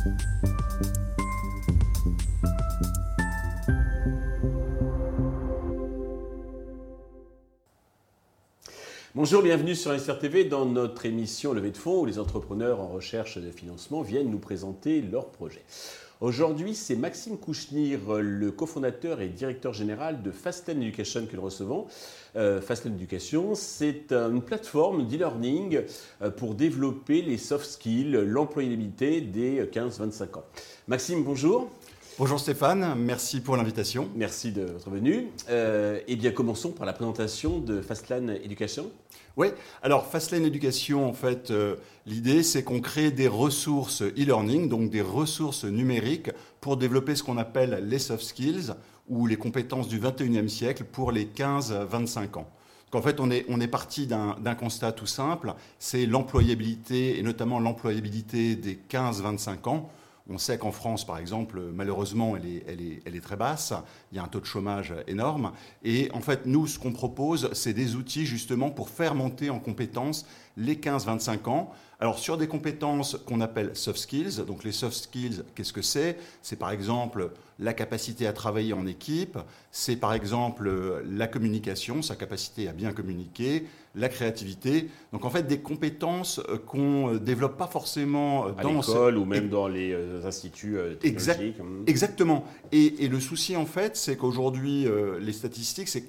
Bonjour, bienvenue sur Investir TV dans notre émission Levée de fonds où les entrepreneurs en recherche de financement viennent nous présenter leurs projets. Aujourd'hui, c'est Maxime Kouchnir, le cofondateur et directeur général de Fastlane Education que nous recevons. Fastlane Education, c'est une plateforme d'e-learning pour développer les soft skills, l'employabilité des 15-25 ans. Maxime, bonjour. Bonjour Stéphane, merci pour l'invitation. Merci de votre venue. Eh bien, commençons par la présentation de Fastlane Education. Oui, alors Fastlane Education, en fait, l'idée c'est qu'on crée des ressources e-learning, donc des ressources numériques pour développer ce qu'on appelle les soft skills ou les compétences du 21e siècle pour les 15-25 ans. Donc en fait, on est parti d'un constat tout simple, c'est l'employabilité et notamment l'employabilité des 15-25 ans. On sait qu'en France, par exemple, malheureusement, elle est très basse. Il y a un taux de chômage énorme. Et en fait, nous, ce qu'on propose, c'est des outils justement pour faire monter en compétences les 15-25 ans. Alors, sur des compétences qu'on appelle soft skills. Donc, les soft skills, qu'est-ce que c'est ? C'est par exemple la capacité à travailler en équipe. C'est par exemple la communication, sa capacité à bien communiquer, la créativité. Donc, en fait, des compétences qu'on ne développe pas forcément dans l'école ou même dans les instituts technologiques. Exactement. Et le souci, en fait, c'est qu'aujourd'hui, les statistiques, c'est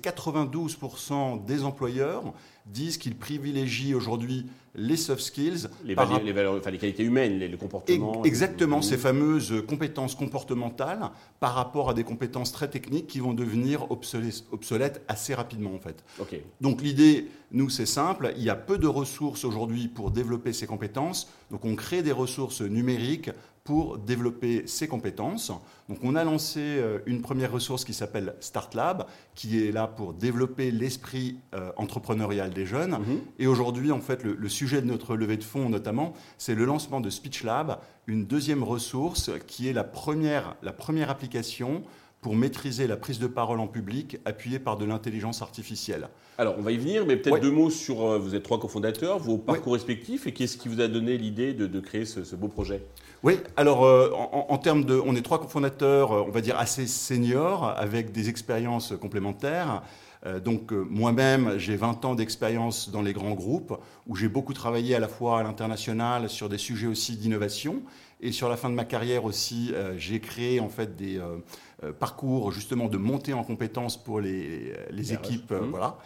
92% des employeurs disent qu'ils privilégient aujourd'hui les soft skills. Les qualités humaines, le comportement. Exactement, ces fameuses compétences comportementales par rapport à des compétences très techniques qui vont devenir obsolètes assez rapidement en fait. Okay. Donc l'idée, nous, c'est simple, il y a peu de ressources aujourd'hui pour développer ces compétences, donc on crée des ressources numériques pour développer ces compétences. Donc on a lancé une première ressource qui s'appelle StartLab, qui est là pour développer l'esprit entrepreneurial des jeunes. Et aujourd'hui, en fait, le sujet de notre levée de fonds, notamment, c'est le lancement de SpeechLab, une deuxième ressource qui est la première application pour maîtriser la prise de parole en public appuyée par de l'intelligence artificielle. Alors, on va y venir, mais peut-être deux mots sur, vous êtes trois cofondateurs, vos parcours respectifs, et qu'est-ce qui vous a donné l'idée de créer ce beau projet ? Oui, alors en termes de... On est trois cofondateurs, on va dire assez seniors, avec des expériences complémentaires. Donc moi-même, j'ai 20 ans d'expérience dans les grands groupes, où j'ai beaucoup travaillé à la fois à l'international sur des sujets aussi d'innovation. Et sur la fin de ma carrière aussi, j'ai créé en fait des parcours justement de montée en compétences pour les équipes. Voilà.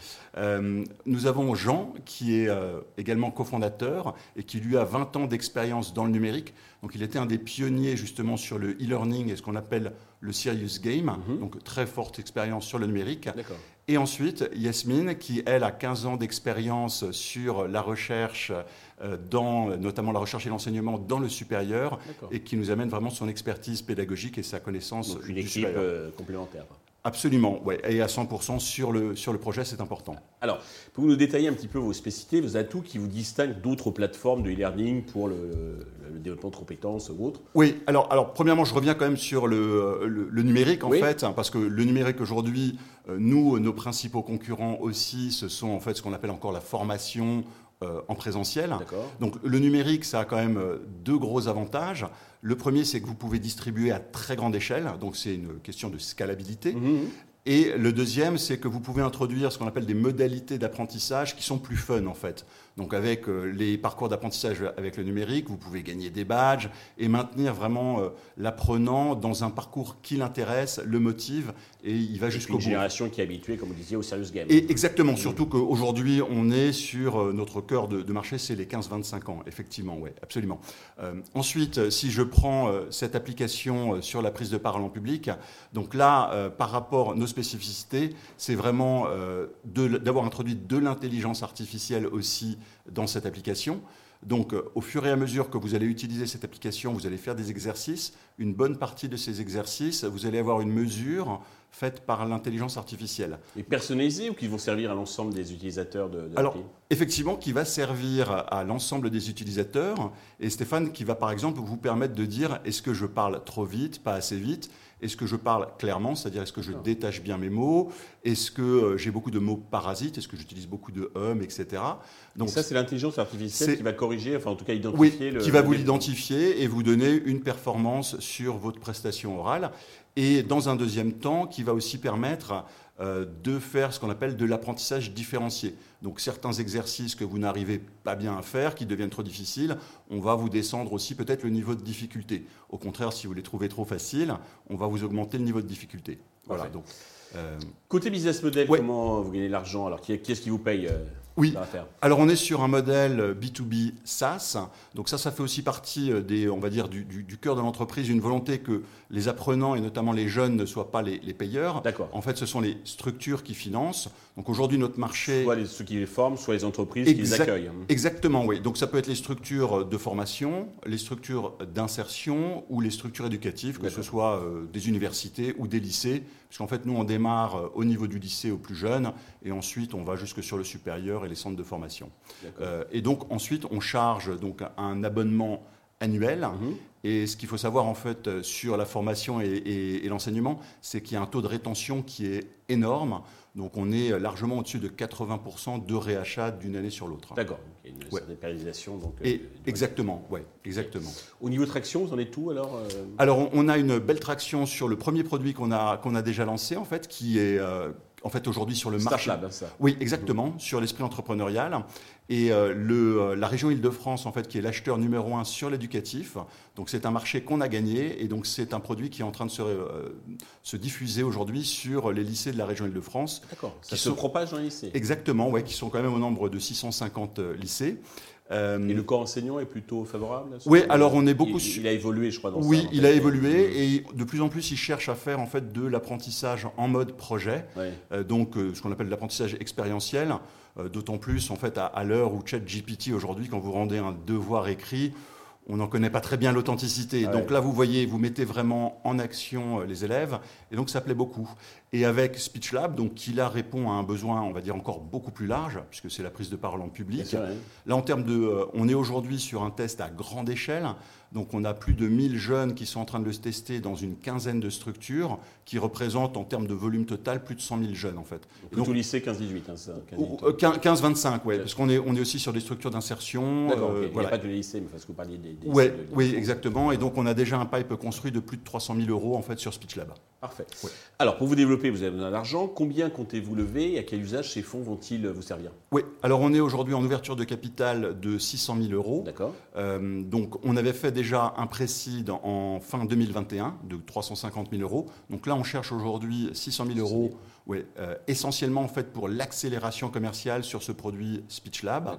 Nous avons Jean qui est également cofondateur et qui lui a 20 ans d'expérience dans le numérique. Donc il était un des pionniers justement sur le e-learning et ce qu'on appelle le serious game. Donc très forte expérience sur le numérique. D'accord. Et ensuite, Yasmine, qui, elle, a 15 ans d'expérience sur la recherche, notamment la recherche et l'enseignement dans le supérieur, et qui nous amène vraiment son expertise pédagogique et sa connaissance donc, du supérieur. Une équipe complémentaire. Absolument, ouais, et à 100% sur le projet, c'est important. Alors, pouvez-vous nous détailler un petit peu vos spécificités, vos atouts qui vous distinguent d'autres plateformes de e-learning pour le développement de compétences ou autres ? Oui, alors premièrement, je reviens quand même sur le numérique en fait, parce que le numérique aujourd'hui, nos principaux concurrents aussi, ce sont en fait ce qu'on appelle encore la formation en présentiel. D'accord. Donc le numérique, ça a quand même deux gros avantages. Le premier, c'est que vous pouvez distribuer à très grande échelle, donc c'est une question de scalabilité. Et le deuxième, c'est que vous pouvez introduire ce qu'on appelle des modalités d'apprentissage qui sont plus fun en fait. Donc avec les parcours d'apprentissage avec le numérique, vous pouvez gagner des badges et maintenir vraiment l'apprenant dans un parcours qui l'intéresse, le motive et il va jusqu'au bout. Une génération qui est habituée, comme vous disiez, au serious game. Et exactement, surtout qu'aujourd'hui, on est sur notre cœur de marché, c'est les 15-25 ans, effectivement, oui, absolument. Ensuite, si je prends cette application sur la prise de parole en public, donc là, par rapport à nos spécificités, c'est vraiment d'avoir introduit de l'intelligence artificielle aussi dans cette application. Donc, au fur et à mesure que vous allez utiliser cette application, vous allez faire des exercices. Une bonne partie de ces exercices, vous allez avoir une mesure faites par l'intelligence artificielle. Et personnalisés ou qui vont servir à l'ensemble des utilisateurs de Alors, l'appli? effectivement, qui va servir à l'ensemble des utilisateurs. Et Stéphane, qui va par exemple vous permettre de dire est-ce que je parle trop vite, pas assez vite? Est-ce que je parle clairement, c'est-à-dire est-ce que je détache bien mes mots? Est-ce que j'ai beaucoup de mots parasites? Est-ce que j'utilise beaucoup de etc. Donc, et ça, c'est l'intelligence artificielle qui va corriger, enfin en tout cas identifier. Oui, qui va vous l'identifier et vous donner une performance sur votre prestation orale. Et dans un deuxième temps, qui va aussi permettre de faire ce qu'on appelle de l'apprentissage différencié. Donc certains exercices que vous n'arrivez pas bien à faire, qui deviennent trop difficiles, on va vous descendre aussi peut-être le niveau de difficulté. Au contraire, si vous les trouvez trop faciles, on va vous augmenter le niveau de difficulté. Voilà. Donc, côté business model, comment vous gagnez de l'argent? Alors qui est-ce qui vous paye Oui, alors on est sur un modèle B2B SaaS, donc ça fait aussi partie on va dire, du cœur de l'entreprise, une volonté que les apprenants et notamment les jeunes ne soient pas les payeurs. D'accord. En fait, ce sont les structures qui financent. Donc aujourd'hui, notre marché... Soit ceux qui les forment, soit les entreprises qui les accueillent. Exactement, oui. Donc ça peut être les structures de formation, les structures d'insertion ou les structures éducatives, que ce soit des universités ou des lycées, puisqu'en fait, nous, on démarre au niveau du lycée au plus jeune, et ensuite, on va jusque sur le supérieur et les centres de formation. Et donc, ensuite, on charge donc un abonnement annuel. Et ce qu'il faut savoir, en fait, sur la formation et l'enseignement, c'est qu'il y a un taux de rétention qui est énorme. Donc, on est largement au-dessus de 80% de réachat d'une année sur l'autre. D'accord. Il y a une certaine pérennisation. Donc, exactement, oui, exactement. Au niveau de traction, vous en êtes où alors Alors, on a une belle traction sur le premier produit qu'on a déjà lancé, en fait, qui est... en fait, aujourd'hui, sur le marché. Startlab, ça. Oui, exactement, sur l'esprit entrepreneurial. Et la région Île-de-France, en fait, qui est l'acheteur numéro 1 sur l'éducatif. Donc, c'est un marché qu'on a gagné. Et donc, c'est un produit qui est en train de se diffuser aujourd'hui sur les lycées de la région Île-de-France. D'accord. Ça se propage dans les lycées. Exactement, oui, qui sont quand même au nombre de 650 lycées. Et le corps enseignant est plutôt favorable? Oui, alors on est beaucoup... Il a évolué, je crois, dans ça. Oui, il a évolué et de plus en plus, il cherche à faire en fait de l'apprentissage en mode projet, donc ce qu'on appelle l'apprentissage expérientiel, d'autant plus en fait à l'heure où ChatGPT aujourd'hui, quand vous rendez un devoir écrit, on n'en connaît pas très bien l'authenticité. Donc là, vous voyez, vous mettez vraiment en action les élèves, et donc ça plaît beaucoup. Et avec SpeechLab, donc, qui là répond à un besoin, on va dire, encore beaucoup plus large, puisque c'est la prise de parole en public. Sûr, là, en termes de... on est aujourd'hui sur un test à grande échelle. Donc on a plus de 1000 jeunes qui sont en train de le tester dans une quinzaine de structures, qui représentent en termes de volume total plus de 100 000 jeunes en fait. Donc tout lycée 15-18, hein, ça 15-25, oui, parce qu'on est aussi sur des structures d'insertion. D'accord, il n'y a pas de lycée, mais parce que vous parliez des oui, exactement, et donc on a déjà un pipe construit de plus de 300 000 euros en fait sur SpeechLab. Parfait. Alors pour vous développer, vous avez besoin d'argent. Combien comptez-vous lever et à quel usage ces fonds vont-ils vous servir? Oui, alors on est aujourd'hui en ouverture de capital de 600 000 euros. D'accord. Donc on avait fait déjà un précide en fin 2021 de 350 000 euros. Donc là, on cherche aujourd'hui 600 000 euros, essentiellement en fait pour l'accélération commerciale sur ce produit SpeechLab.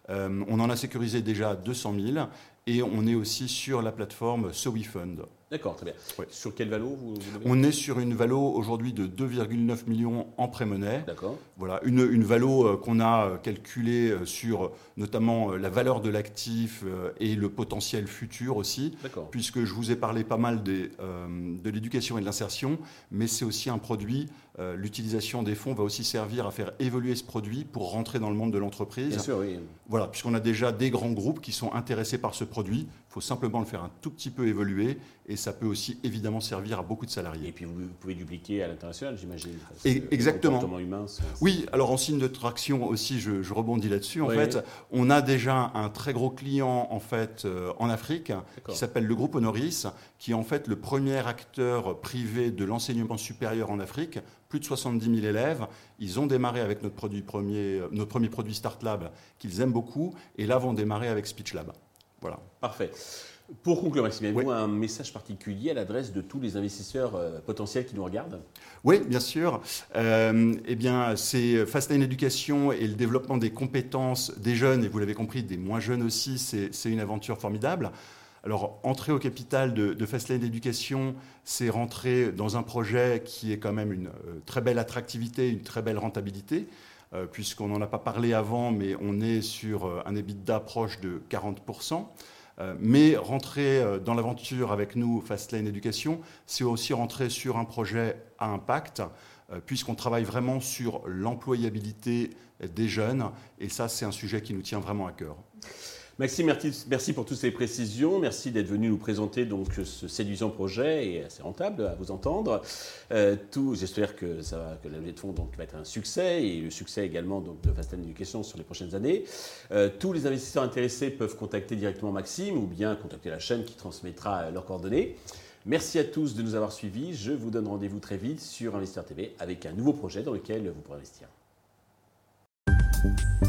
On en a sécurisé déjà 200 000 et on est aussi sur la plateforme SoWeFund. D'accord, très bien. Sur quelle valo vous levez? On est sur une valo aujourd'hui de 2,9 millions en pré-monnaie. D'accord. Voilà, une valo qu'on a calculée sur notamment la valeur de l'actif et le potentiel futur aussi. D'accord. Puisque je vous ai parlé pas mal de l'éducation et de l'insertion, mais c'est aussi un produit. L'utilisation des fonds va aussi servir à faire évoluer ce produit pour rentrer dans le monde de l'entreprise. Bien sûr, oui. Voilà, puisqu'on a déjà des grands groupes qui sont intéressés par ce produit. Il faut simplement le faire un tout petit peu évoluer et ça peut aussi évidemment servir à beaucoup de salariés. Et puis vous pouvez dupliquer à l'international, j'imagine. Exactement. Le comportement humain, oui, alors en signe de traction aussi, je rebondis là-dessus. En fait, on a déjà un très gros client en fait en Afrique qui s'appelle le groupe Honoris, qui est en fait le premier acteur privé de l'enseignement supérieur en Afrique. Plus de 70 000 élèves. Ils ont démarré avec notre premier produit StartLab qu'ils aiment beaucoup, et là vont démarrer avec SpeechLab. Voilà. Parfait. Pour conclure, Maxime, avez-vous un message particulier à l'adresse de tous les investisseurs potentiels qui nous regardent? Oui, bien sûr. Eh bien, c'est Fastlane Éducation et le développement des compétences des jeunes, et vous l'avez compris, des moins jeunes aussi, c'est une aventure formidable. Alors, entrer au capital de Fastlane Éducation, c'est rentrer dans un projet qui est quand même une très belle attractivité, une très belle rentabilité, puisqu'on n'en a pas parlé avant, mais on est sur un EBITDA proche de 40%. Mais rentrer dans l'aventure avec nous, Fastlane Éducation, c'est aussi rentrer sur un projet à impact, puisqu'on travaille vraiment sur l'employabilité des jeunes. Et ça, c'est un sujet qui nous tient vraiment à cœur. Maxime, merci pour toutes ces précisions. Merci d'être venu nous présenter donc ce séduisant projet et assez rentable à vous entendre. J'espère que la levée de fonds va être un succès et le succès également donc, de Fastlane Éducation sur les prochaines années. Tous les investisseurs intéressés peuvent contacter directement Maxime ou bien contacter la chaîne qui transmettra leurs coordonnées. Merci à tous de nous avoir suivis. Je vous donne rendez-vous très vite sur Investisseur TV avec un nouveau projet dans lequel vous pourrez investir.